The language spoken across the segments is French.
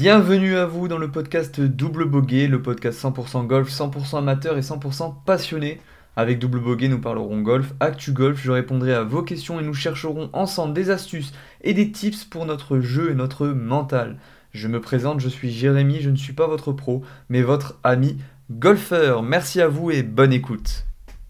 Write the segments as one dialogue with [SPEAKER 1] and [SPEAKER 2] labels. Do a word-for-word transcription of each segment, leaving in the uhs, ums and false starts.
[SPEAKER 1] Bienvenue à vous dans le podcast Double Bogey, le podcast cent pour cent golf, cent pour cent amateur et cent pour cent passionné. Avec Double Bogey, nous parlerons golf, actu golf, je répondrai à vos questions et nous chercherons ensemble des astuces et des tips pour notre jeu et notre mental. Je me présente, je suis Jérémy, je ne suis pas votre pro, mais votre ami golfeur. Merci à vous et bonne écoute.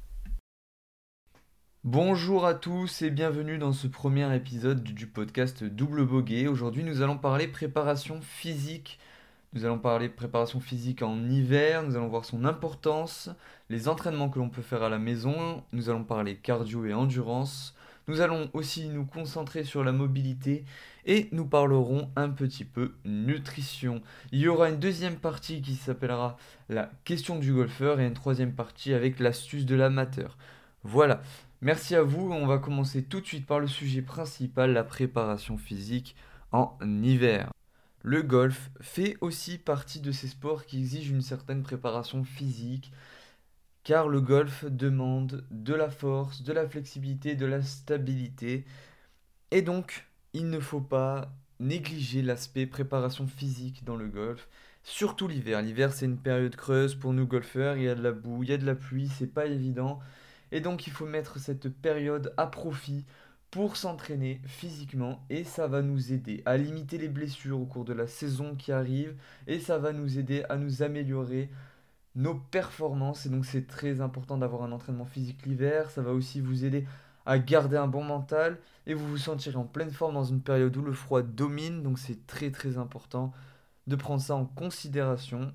[SPEAKER 1] Bonjour à tous et bienvenue dans ce premier épisode du podcast Double Bogey. Aujourd'hui, nous allons parler préparation physique. Nous allons parler préparation physique en hiver, nous allons voir son importance, les entraînements que l'on peut faire à la maison, nous allons parler cardio et endurance, nous allons aussi nous concentrer sur la mobilité et nous parlerons un petit peu nutrition. Il y aura une deuxième partie qui s'appellera la question du golfeur et une troisième partie avec l'astuce de l'amateur. Voilà, merci à vous, on va commencer tout de suite par le sujet principal, la préparation physique en hiver. Le golf fait aussi partie de ces sports qui exigent une certaine préparation physique, car le golf demande de la force, de la flexibilité, de la stabilité, et donc il ne faut pas négliger l'aspect préparation physique dans le golf, surtout l'hiver. L'hiver c'est une période creuse pour nous golfeurs, il y a de la boue, il y a de la pluie, c'est pas évident, et donc il faut mettre cette période à profit pour s'entraîner physiquement et ça va nous aider à limiter les blessures au cours de la saison qui arrive et ça va nous aider à nous améliorer nos performances et donc c'est très important d'avoir un entraînement physique l'hiver, ça va aussi vous aider à garder un bon mental et vous vous sentirez en pleine forme dans une période où le froid domine, donc c'est très très important de prendre ça en considération.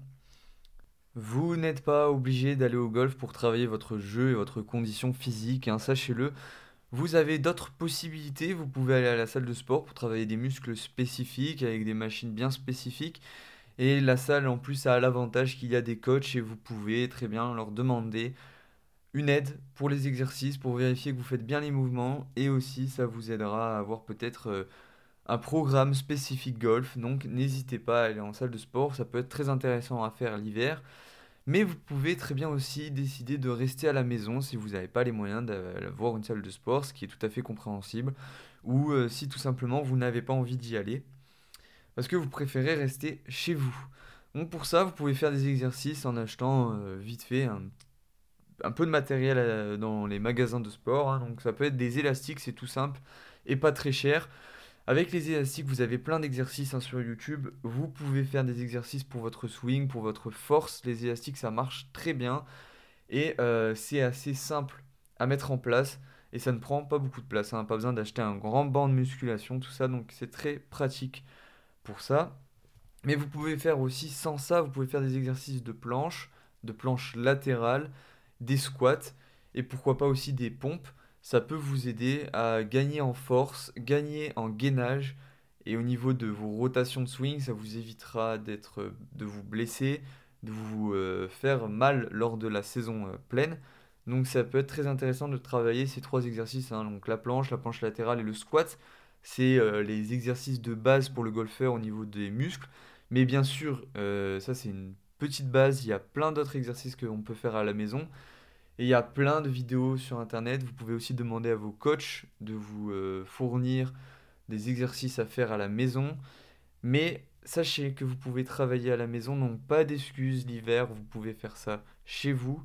[SPEAKER 1] Vous n'êtes pas obligé d'aller au golf pour travailler votre jeu et votre condition physique, hein, sachez-le. Vous avez d'autres possibilités, vous pouvez aller à la salle de sport pour travailler des muscles spécifiques avec des machines bien spécifiques. Et la salle en plus a l'avantage qu'il y a des coachs et vous pouvez très bien leur demander une aide pour les exercices, pour vérifier que vous faites bien les mouvements. Et aussi ça vous aidera à avoir peut-être euh, un programme spécifique golf. Donc n'hésitez pas à aller en salle de sport, ça peut être très intéressant à faire l'hiver. Mais vous pouvez très bien aussi décider de rester à la maison si vous n'avez pas les moyens d'avoir une salle de sport, ce qui est tout à fait compréhensible, ou euh, si tout simplement vous n'avez pas envie d'y aller, parce que vous préférez rester chez vous. Donc pour ça, vous pouvez faire des exercices en achetant euh, vite fait un, un peu de matériel euh, dans les magasins de sport, hein. Donc ça peut être des élastiques, c'est tout simple et pas très cher. Avec les élastiques, vous avez plein d'exercices hein, sur YouTube. Vous pouvez faire des exercices pour votre swing, pour votre force. Les élastiques, ça marche très bien. Et euh, c'est assez simple à mettre en place. Et ça ne prend pas beaucoup de place, hein. Pas besoin d'acheter un grand banc de musculation, tout ça. Donc c'est très pratique pour ça. Mais vous pouvez faire aussi sans ça, vous pouvez faire des exercices de planche, de planche latérale, des squats et pourquoi pas aussi des pompes. Ça peut vous aider à gagner en force, gagner en gainage et au niveau de vos rotations de swing, ça vous évitera d'être, de vous blesser, de vous euh, faire mal lors de la saison euh, pleine. Donc ça peut être très intéressant de travailler ces trois exercices, hein, donc la planche, la planche latérale et le squat. C'est euh, les exercices de base pour le golfeur au niveau des muscles. Mais bien sûr, euh, ça c'est une petite base, il y a plein d'autres exercices que l'on peut faire à la maison. Et il y a plein de vidéos sur Internet. Vous pouvez aussi demander à vos coachs de vous euh, fournir des exercices à faire à la maison. Mais sachez que vous pouvez travailler à la maison, donc pas d'excuses l'hiver, vous pouvez faire ça chez vous.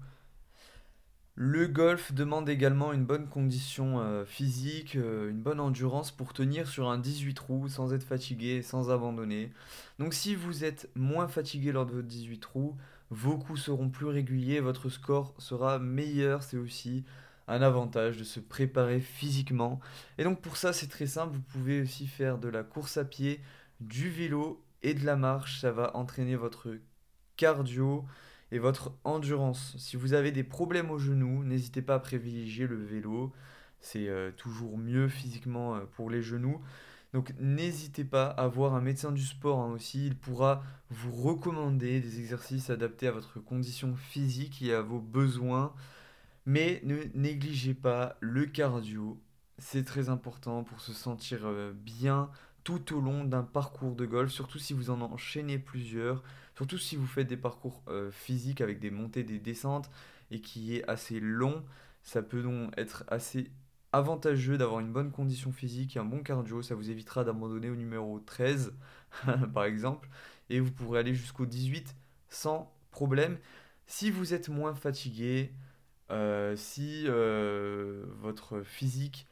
[SPEAKER 1] Le golf demande également une bonne condition euh, physique, euh, une bonne endurance pour tenir sur un dix-huit trous sans être fatigué et sans abandonner. Donc si vous êtes moins fatigué lors de votre dix-huit trous, vos coups seront plus réguliers, votre score sera meilleur. C'est aussi un avantage de se préparer physiquement. Et donc pour ça c'est très simple, vous pouvez aussi faire de la course à pied, du vélo et de la marche. Ça va entraîner votre cardio et votre endurance. Si vous avez des problèmes aux genoux, n'hésitez pas à privilégier le vélo. C'est euh, toujours mieux physiquement euh, pour les genoux. Donc n'hésitez pas à voir un médecin du sport hein, aussi. Il pourra vous recommander des exercices adaptés à votre condition physique et à vos besoins. Mais ne négligez pas le cardio. C'est très important pour se sentir euh, bien tout au long d'un parcours de golf, surtout si vous en enchaînez plusieurs, surtout si vous faites des parcours euh, physiques avec des montées, des descentes et qui est assez long. Ça peut donc être assez avantageux d'avoir une bonne condition physique et un bon cardio. Ça vous évitera d'abandonner au numéro treize par exemple. et vous pourrez aller jusqu'au dix-huit sans problème. Si vous êtes moins fatigué, euh, si euh, votre physique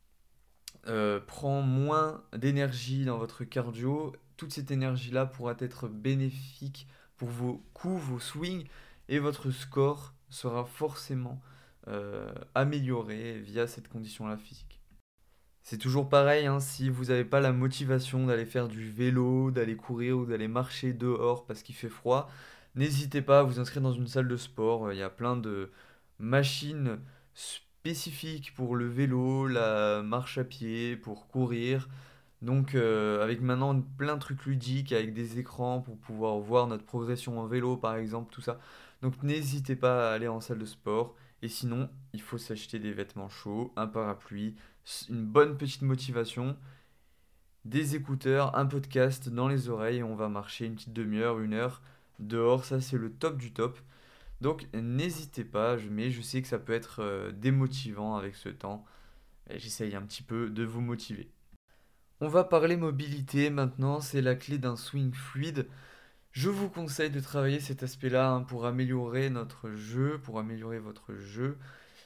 [SPEAKER 1] euh, prend moins d'énergie dans votre cardio, toute cette énergie-là pourra être bénéfique pour vos coups, vos swings, et votre score sera forcément euh, amélioré via cette condition-là physique. C'est toujours pareil, hein, si vous n'avez pas la motivation d'aller faire du vélo, d'aller courir ou d'aller marcher dehors parce qu'il fait froid, n'hésitez pas à vous inscrire dans une salle de sport. Il y a plein de machines spécifiques pour le vélo, la marche à pied, pour courir. Donc euh, avec maintenant plein de trucs ludiques, avec des écrans pour pouvoir voir notre progression en vélo par exemple, tout ça. Donc n'hésitez pas à aller en salle de sport. Et sinon, il faut s'acheter des vêtements chauds, un parapluie, une bonne petite motivation, des écouteurs, un podcast dans les oreilles et on va marcher une petite demi-heure, une heure dehors. Ça, c'est le top du top. Donc n'hésitez pas, je- mais je sais que ça peut être euh, démotivant avec ce temps. Et j'essaye un petit peu de vous motiver. On va parler mobilité maintenant, c'est la clé d'un swing fluide. Je vous conseille de travailler cet aspect-là hein, pour améliorer notre jeu, pour améliorer votre jeu.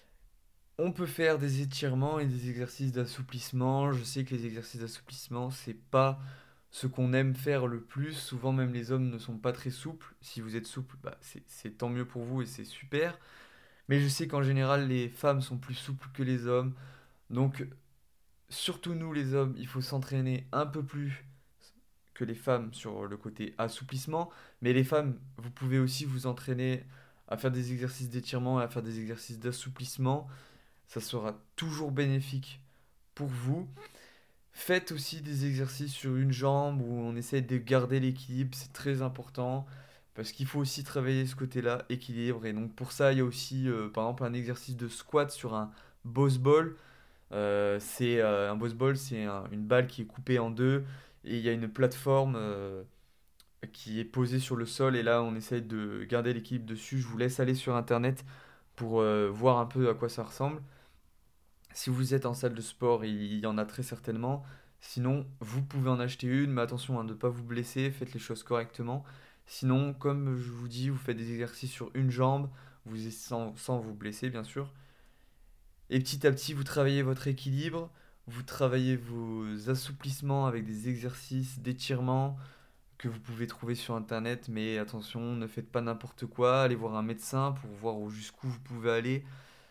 [SPEAKER 1] On peut faire des étirements et des exercices d'assouplissement. Je sais que les exercices d'assouplissement, c'est pas ce qu'on aime faire le plus. Souvent, même les hommes ne sont pas très souples. Si vous êtes souple, bah, c'est c'est tant mieux pour vous et c'est super. Mais je sais qu'en général, les femmes sont plus souples que les hommes. Donc, surtout nous, les hommes, il faut s'entraîner un peu plus que les femmes sur le côté assouplissement. Mais les femmes, vous pouvez aussi vous entraîner à faire des exercices d'étirement et à faire des exercices d'assouplissement. Ça sera toujours bénéfique pour vous. Faites aussi des exercices sur une jambe où on essaie de garder l'équilibre, c'est très important parce qu'il faut aussi travailler ce côté-là, équilibre. Et donc pour ça, il y a aussi euh, par exemple un exercice de squat sur un boss ball. Euh, c'est euh, un boss ball, c'est un- une balle qui est coupée en deux et il y a une plateforme euh, qui est posée sur le sol et là on essaie de garder l'équilibre dessus. Je vous laisse aller sur internet pour euh, voir un peu à quoi ça ressemble. Si vous êtes en salle de sport, il y en a très certainement. Sinon, vous pouvez en acheter une, mais attention à ne pas vous blesser, faites les choses correctement. Sinon, comme je vous dis, vous faites des exercices sur une jambe, vous sans, sans vous blesser bien sûr. Et petit à petit, vous travaillez votre équilibre, vous travaillez vos assouplissements avec des exercices d'étirement que vous pouvez trouver sur internet. Mais attention, ne faites pas n'importe quoi, allez voir un médecin pour voir jusqu'où vous pouvez aller.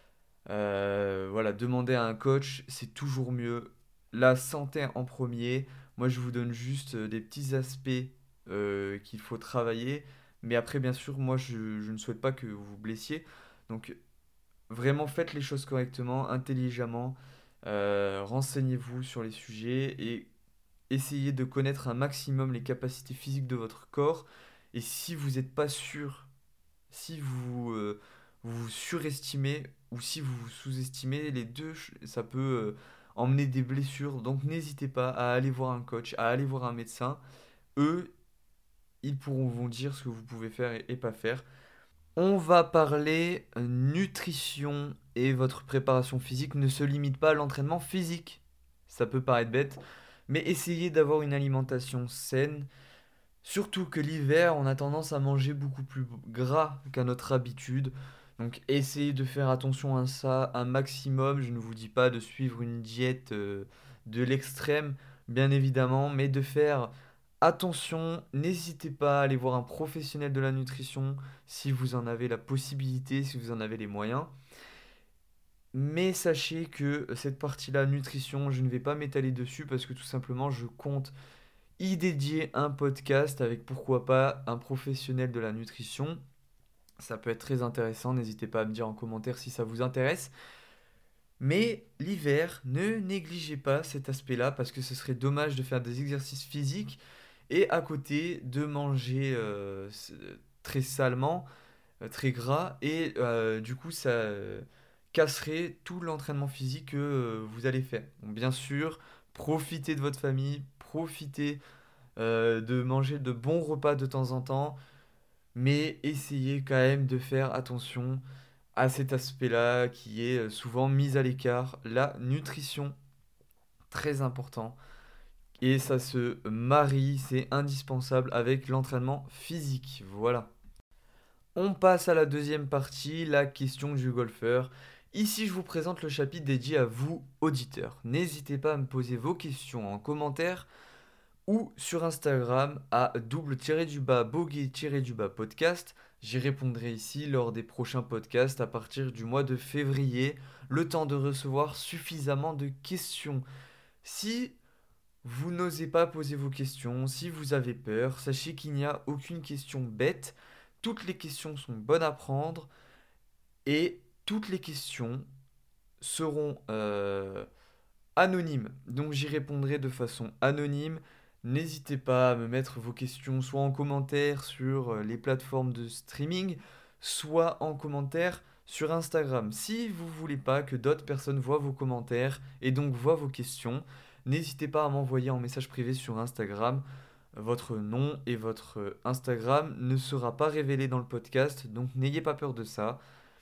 [SPEAKER 1] Euh, voilà, demander à un coach, c'est toujours mieux. La santé en premier. Moi, je vous donne juste euh, des petits aspects euh, qu'il faut travailler. Mais après, bien sûr, moi, je, je ne souhaite pas que vous vous blessiez. Donc, vraiment, faites les choses correctement, intelligemment. Euh, renseignez-vous sur les sujets et essayez de connaître un maximum les capacités physiques de votre corps. Et si vous n'êtes pas sûr si vous euh, vous surestimez ou si vous vous sous-estimez, les deux, ça peut euh, emmener des blessures. Donc n'hésitez pas à aller voir un coach, à aller voir un médecin. Eux, ils pourront vous dire ce que vous pouvez faire et, et pas faire. On va parler euh, nutrition et votre préparation physique ne se limite pas à l'entraînement physique. Ça peut paraître bête, mais essayez d'avoir une alimentation saine. Surtout que l'hiver, on a tendance à manger beaucoup plus gras qu'à notre habitude. Donc essayez de faire attention à ça un maximum. Je ne vous dis pas de suivre une diète euh, de l'extrême, bien évidemment, mais de faire attention. N'hésitez pas à aller voir un professionnel de la nutrition si vous en avez la possibilité, si vous en avez les moyens. Mais sachez que cette partie-là, nutrition, je ne vais pas m'étaler dessus parce que tout simplement, je compte y dédier un podcast avec pourquoi pas un professionnel de la nutrition. Ça peut être très intéressant, n'hésitez pas à me dire en commentaire si ça vous intéresse. Mais l'hiver, ne négligez pas cet aspect-là parce que ce serait dommage de faire des exercices physiques et à côté de manger euh, très salement, euh, très gras et euh, du coup ça euh, casserait tout l'entraînement physique que euh, vous allez faire. Donc bien sûr, profitez de votre famille, profitez euh, de manger de bons repas de temps en temps, mais essayez quand même de faire attention à cet aspect-là qui est euh, souvent mis à l'écart, la nutrition, très important. et ça se marie, c'est indispensable avec l'entraînement physique. Voilà. On passe à la deuxième partie, la question du golfeur. Ici, je vous présente le chapitre dédié à vous, auditeurs. N'hésitez pas à me poser vos questions en commentaire ou sur Instagram à double-du-bas bogey-du-bas podcast. J'y répondrai ici lors des prochains podcasts à partir du mois de février, le temps de recevoir suffisamment de questions. Si vous n'osez pas poser vos questions, si vous avez peur, sachez qu'il n'y a aucune question bête. Toutes les questions sont bonnes à prendre et toutes les questions seront euh, anonymes. Donc j'y répondrai de façon anonyme. N'hésitez pas à me mettre vos questions soit en commentaire sur euh, les plateformes de streaming, soit en commentaire sur Instagram. Si vous ne voulez pas que d'autres personnes voient vos commentaires et donc voient vos questions, n'hésitez pas à m'envoyer en message privé sur Instagram. Votre nom et votre Instagram ne sera pas révélé dans le podcast, donc n'ayez pas peur de ça.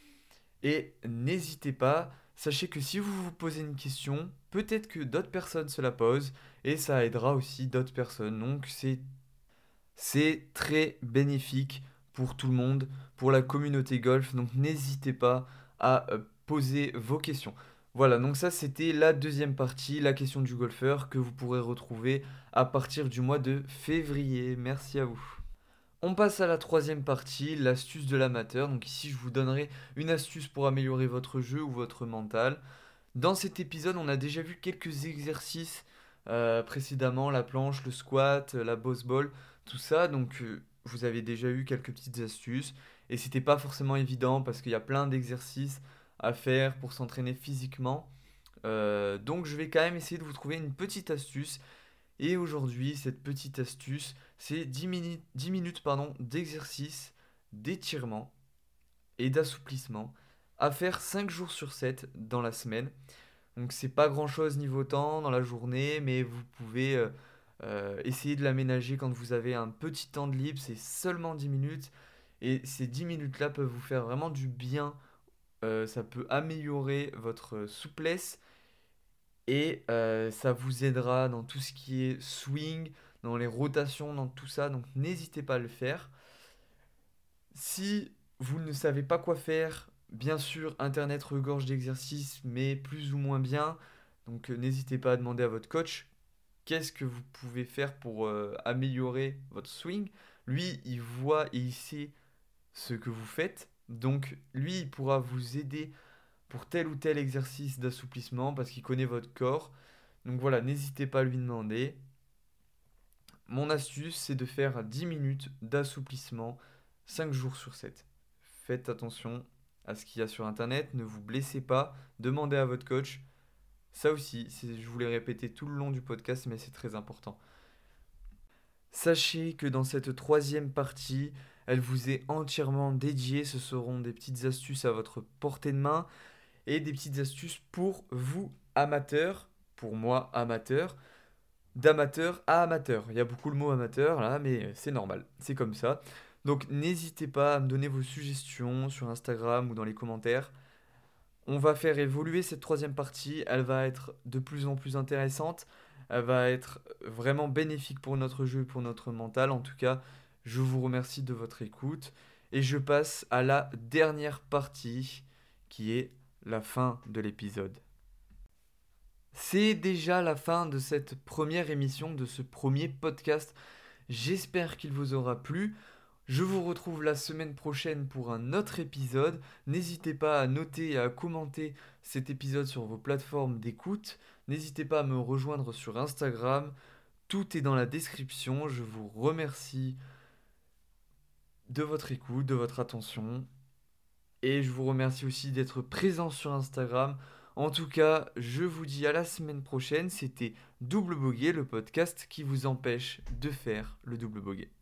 [SPEAKER 1] Et n'hésitez pas, sachez que si vous vous posez une question, peut-être que d'autres personnes se la posent et ça aidera aussi d'autres personnes. Donc c'est c'est très bénéfique pour tout le monde, pour la communauté golf. Donc n'hésitez pas à euh, poser vos questions. Voilà, donc ça c'était la deuxième partie, la question du golfeur que vous pourrez retrouver à partir du mois de février. Merci à vous. On passe à la troisième partie, l'astuce de l'amateur. Donc ici, je vous donnerai une astuce pour améliorer votre jeu ou votre mental. Dans cet épisode, on a déjà vu quelques exercices euh, précédemment, la planche, le squat, la boss ball, tout ça. Donc euh, vous avez déjà eu quelques petites astuces. Et c'était pas forcément évident parce qu'il y a plein d'exercices à faire pour s'entraîner physiquement. Euh, donc je vais quand même essayer de vous trouver une petite astuce et aujourd'hui, cette petite astuce, c'est dix minutes, dix minutes pardon, d'exercice, d'étirement et d'assouplissement à faire cinq jours sur sept dans la semaine. Donc c'est pas grand chose niveau temps dans la journée, mais vous pouvez euh, euh, essayer de l'aménager quand vous avez un petit temps de libre, c'est seulement dix minutes. Et ces dix minutes-là peuvent vous faire vraiment du bien. Euh, ça peut améliorer votre souplesse et euh, ça vous aidera dans tout ce qui est swing, dans les rotations, dans tout ça. Donc n'hésitez pas à le faire. Si vous ne savez pas quoi faire, bien sûr, Internet regorge d'exercices, mais plus ou moins bien. Donc euh, n'hésitez pas à demander à votre coach qu'est-ce que vous pouvez faire pour euh, améliorer votre swing. Lui, il voit et il sait ce que vous faites. Donc lui, il pourra vous aider pour tel ou tel exercice d'assouplissement parce qu'il connaît votre corps. Donc voilà, n'hésitez pas à lui demander. Mon astuce, c'est de faire dix minutes d'assouplissement cinq jours sur sept. Faites attention à ce qu'il y a sur Internet, ne vous blessez pas, demandez à votre coach. Ça aussi, c'est- je vous l'ai répété tout le long du podcast, mais c'est très important. Sachez que dans cette troisième partie, elle vous est entièrement dédiée. Ce seront des petites astuces à votre portée de main et des petites astuces pour vous, amateurs, pour moi, amateur, d'amateur à amateur. Il y a beaucoup le mot amateur là, mais c'est normal, c'est comme ça. Donc n'hésitez pas à me donner vos suggestions sur Instagram ou dans les commentaires. On va faire évoluer cette troisième partie, elle va être de plus en plus intéressante, elle va être vraiment bénéfique pour notre jeu et pour notre mental. En tout cas, je vous remercie de votre écoute et je passe à la dernière partie qui est la fin de l'épisode. C'est déjà la fin de cette première émission, de ce premier podcast. J'espère qu'il vous aura plu. Je vous retrouve la semaine prochaine pour un autre épisode. N'hésitez pas à noter et à commenter cet épisode sur vos plateformes d'écoute. N'hésitez pas à me rejoindre sur Instagram. Tout est dans la description. Je vous remercie de votre écoute, de votre attention. Et je vous remercie aussi d'être présent sur Instagram. En tout cas, je vous dis à la semaine prochaine. C'était Double Bogey, le podcast qui vous empêche de faire le double bogey.